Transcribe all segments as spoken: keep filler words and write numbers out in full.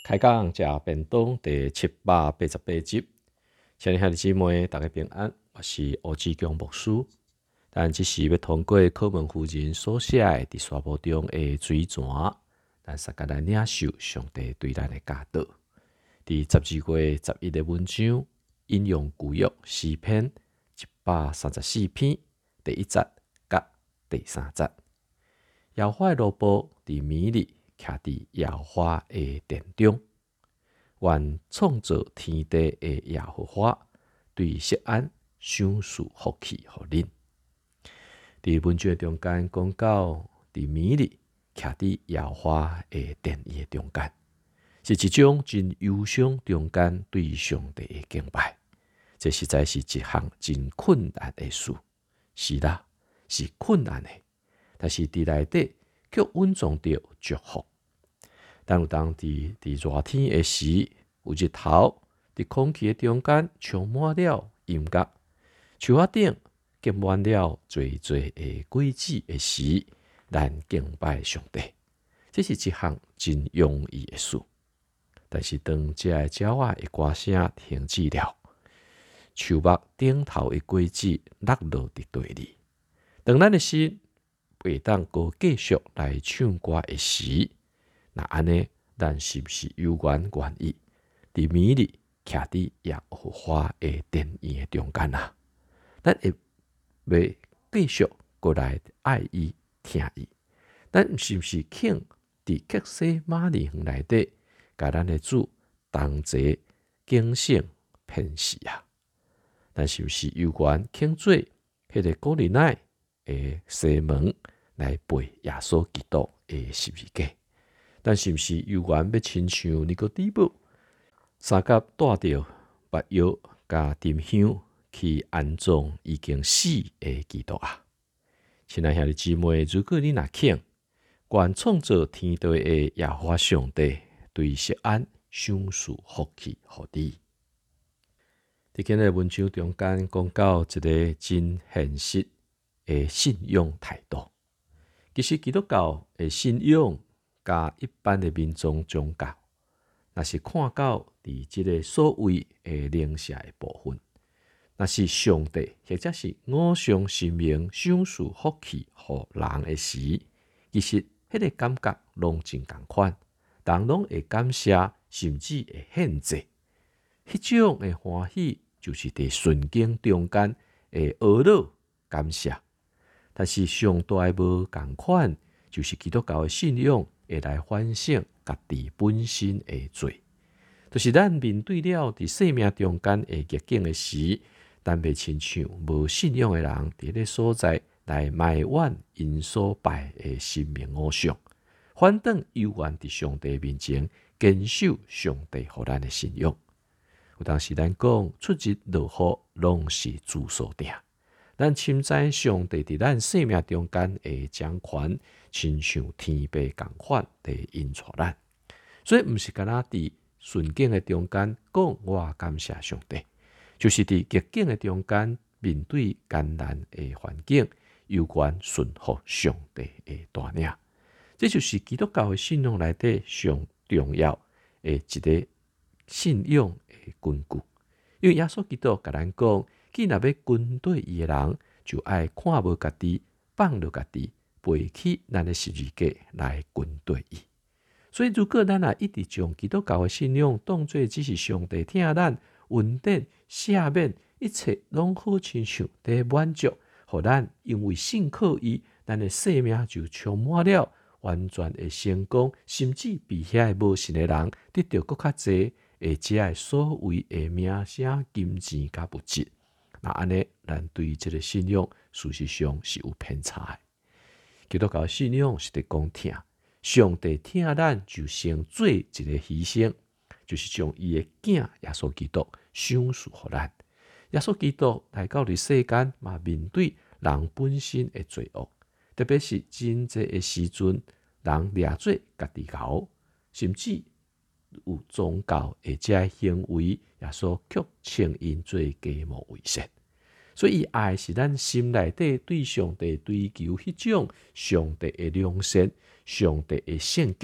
开讲食便当第七百八十八集，亲爱的姊妹，大家平安，我是欧志强牧师。但即是要通过课文夫人所写的伫沙漠中的水泉，咱撒甲咱领受上帝对咱的教导。伫十二月十一的文章，引用旧约诗篇一百三十四篇第一节甲第三节。耶和华的路步伫米里，徛伫耶和华的殿中。愿创造天地的耶和华对锡安赏赐福气互恁。伫文章中间讲到，伫米里徛伫耶和华的殿宇的中间，是一种真忧伤中间对上帝的敬拜。这实在是一项真困难的事，是啦，是困难的，但是伫内底却蕴藏着祝福。但有当伫伫热天的时，有日头伫空气的中间充满了音乐，树仔顶结满了侪侪的果子的时，咱敬拜上帝，这是一项真容易的事。但是当这个鸟仔的歌声停止了，树木顶头的果子落落伫地里，当咱的心袂当搁继续来唱歌的时，那安尼，咱是不是有缘愿意伫米里徛伫耶和华的殿宇的中间啊？咱会要继续过来爱伊、听伊，咱是不是肯伫克西马尼园内底，甲咱的主同齐敬献献诗啊？咱是不是有缘肯做迄个古利奈的西门来背耶稣基督的十字架？咱是不是有缘要亲像尼哥底母，三甲带着目药加沉香去安葬已经死的基督啊？亲爱兄弟姊妹，如果你若肯，愿创造天地的耶和华上帝对锡安赏赐福气互你。伫今日文章中间讲到一个真现实的信仰态度。其实基督教的信仰甲一般的民众宗教，若是看到伫即个所谓的灵舍的部分，若是上帝或者是五常神明赏赐福气互人的时，其实迄个感觉拢真共款，人拢会感谢，甚至会献祭。迄种的欢喜，就是伫顺境中间会懊恼感谢。但是上大的无共款，就是基督教的信仰会来反省家己本身的罪，就是咱面对了伫生命中间的逆境的时，咱袂亲像无信仰的人伫咧所在来埋怨因所拜的神明偶像，反倒有缘伫上帝面前坚守上帝互咱的信仰。有当时咱讲出日落雨拢是主所定，咱深知上帝伫咱生命中间的掌权，亲像天父共款地引带咱。所以毋是干那伫顺境的中间讲我感谢上帝，就是伫逆境的中间面对艰难的环境，有关顺服上帝的带领。这就是基督教的信仰内底上重要的一个信仰的根据。因为耶稣基督甲咱讲，既若要跟对伊的人，就爱看无家己，放了家己，背起咱的十字架来跟对伊。所以，如果咱也一直将基督教的信仰当作只是上帝听咱恩典赦免，一切拢好亲像在满足，互咱因为信靠伊，咱的生命就充满了完全的成功，甚至比遐无信的人得到更较侪。而且所谓的名声、金钱甲物质，那安尼，咱对这个信仰事实上是有偏差的。基督教的信仰是伫讲听，上帝听咱就先做一个牺牲，就是将伊的囝耶稣基督赏赐互咱。耶稣基督来到伫世间，嘛面对人本身的罪恶，特别是真济的时阵，人掠做家己搞，甚至有宗教的这行为，耶稣却称因做假冒伪善。所以爱是咱心内底对上帝追求迄种上帝的良善、上帝的圣洁、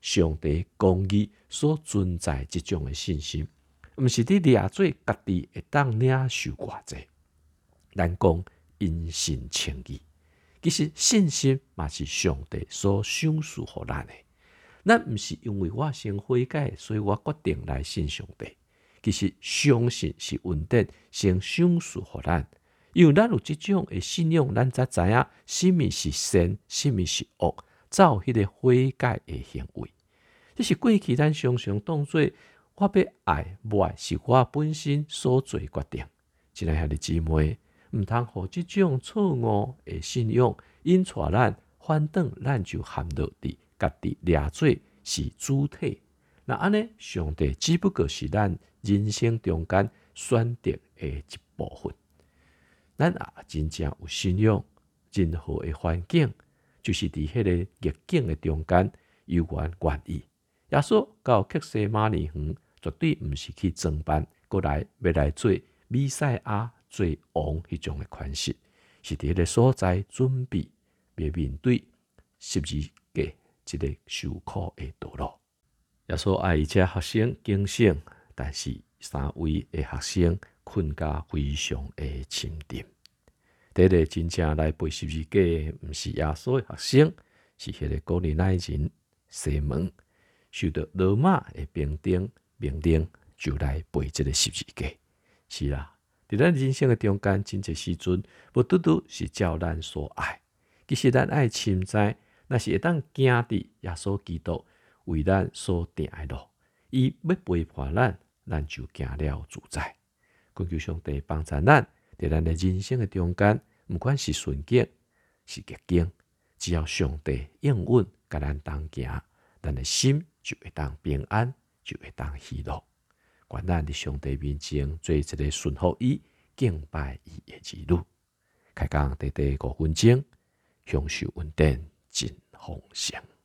上帝公义所存在即种的信心，毋是伫掠做家己会当领受偌济。咱讲因信称义，其实信心嘛是上帝所赏赐互咱的。咱毋是因为我先悔改，所以我决定来信上帝。其实相信是恩典先赏赐互咱，因为咱有即种的信仰，咱才知影什么是善，什么是恶，照迄个悔改的行为。这是过去咱常常当作我要爱不爱，是我本身所做决定。亲爱的姊妹，毋通互即种错误的信仰引带咱，反倒咱就陷落伫家己掠做是主体。那安尼，上帝只不过是咱人生中间选择的一部分。咱也真正有信仰，任何的环境，就是伫迄个逆境的中间，有愿愿意。耶稣到克西马尼园，绝对毋是去装扮，过来要来做弥赛亚、做王迄种的款式，是伫迄个所在准备，要面对十字架一个受苦的道路。耶稣爱伊遮学生警醒，但是三位的学生困甲非常的深沉。第一个真正来背十字架的，毋是耶稣的学生，是迄个古利奈人西门。受到罗马的兵丁命令，就来背这个十字架。是啦，伫咱人生的中间，真侪时阵，无拄拄是照咱所爱。其实咱爱深知，那是会当行伫耶稣基督为咱所定的路。伊要陪伴咱，咱就行了自在。恳求上帝帮助咱，伫咱的人生的中间，毋管是顺境是逆境，只要上帝应允甲咱同行，咱的心就会当平安，就会当喜乐。愿咱伫上帝面前做一个顺服伊、敬拜伊的儿女。开讲短短五分钟，享受恩典真丰盛。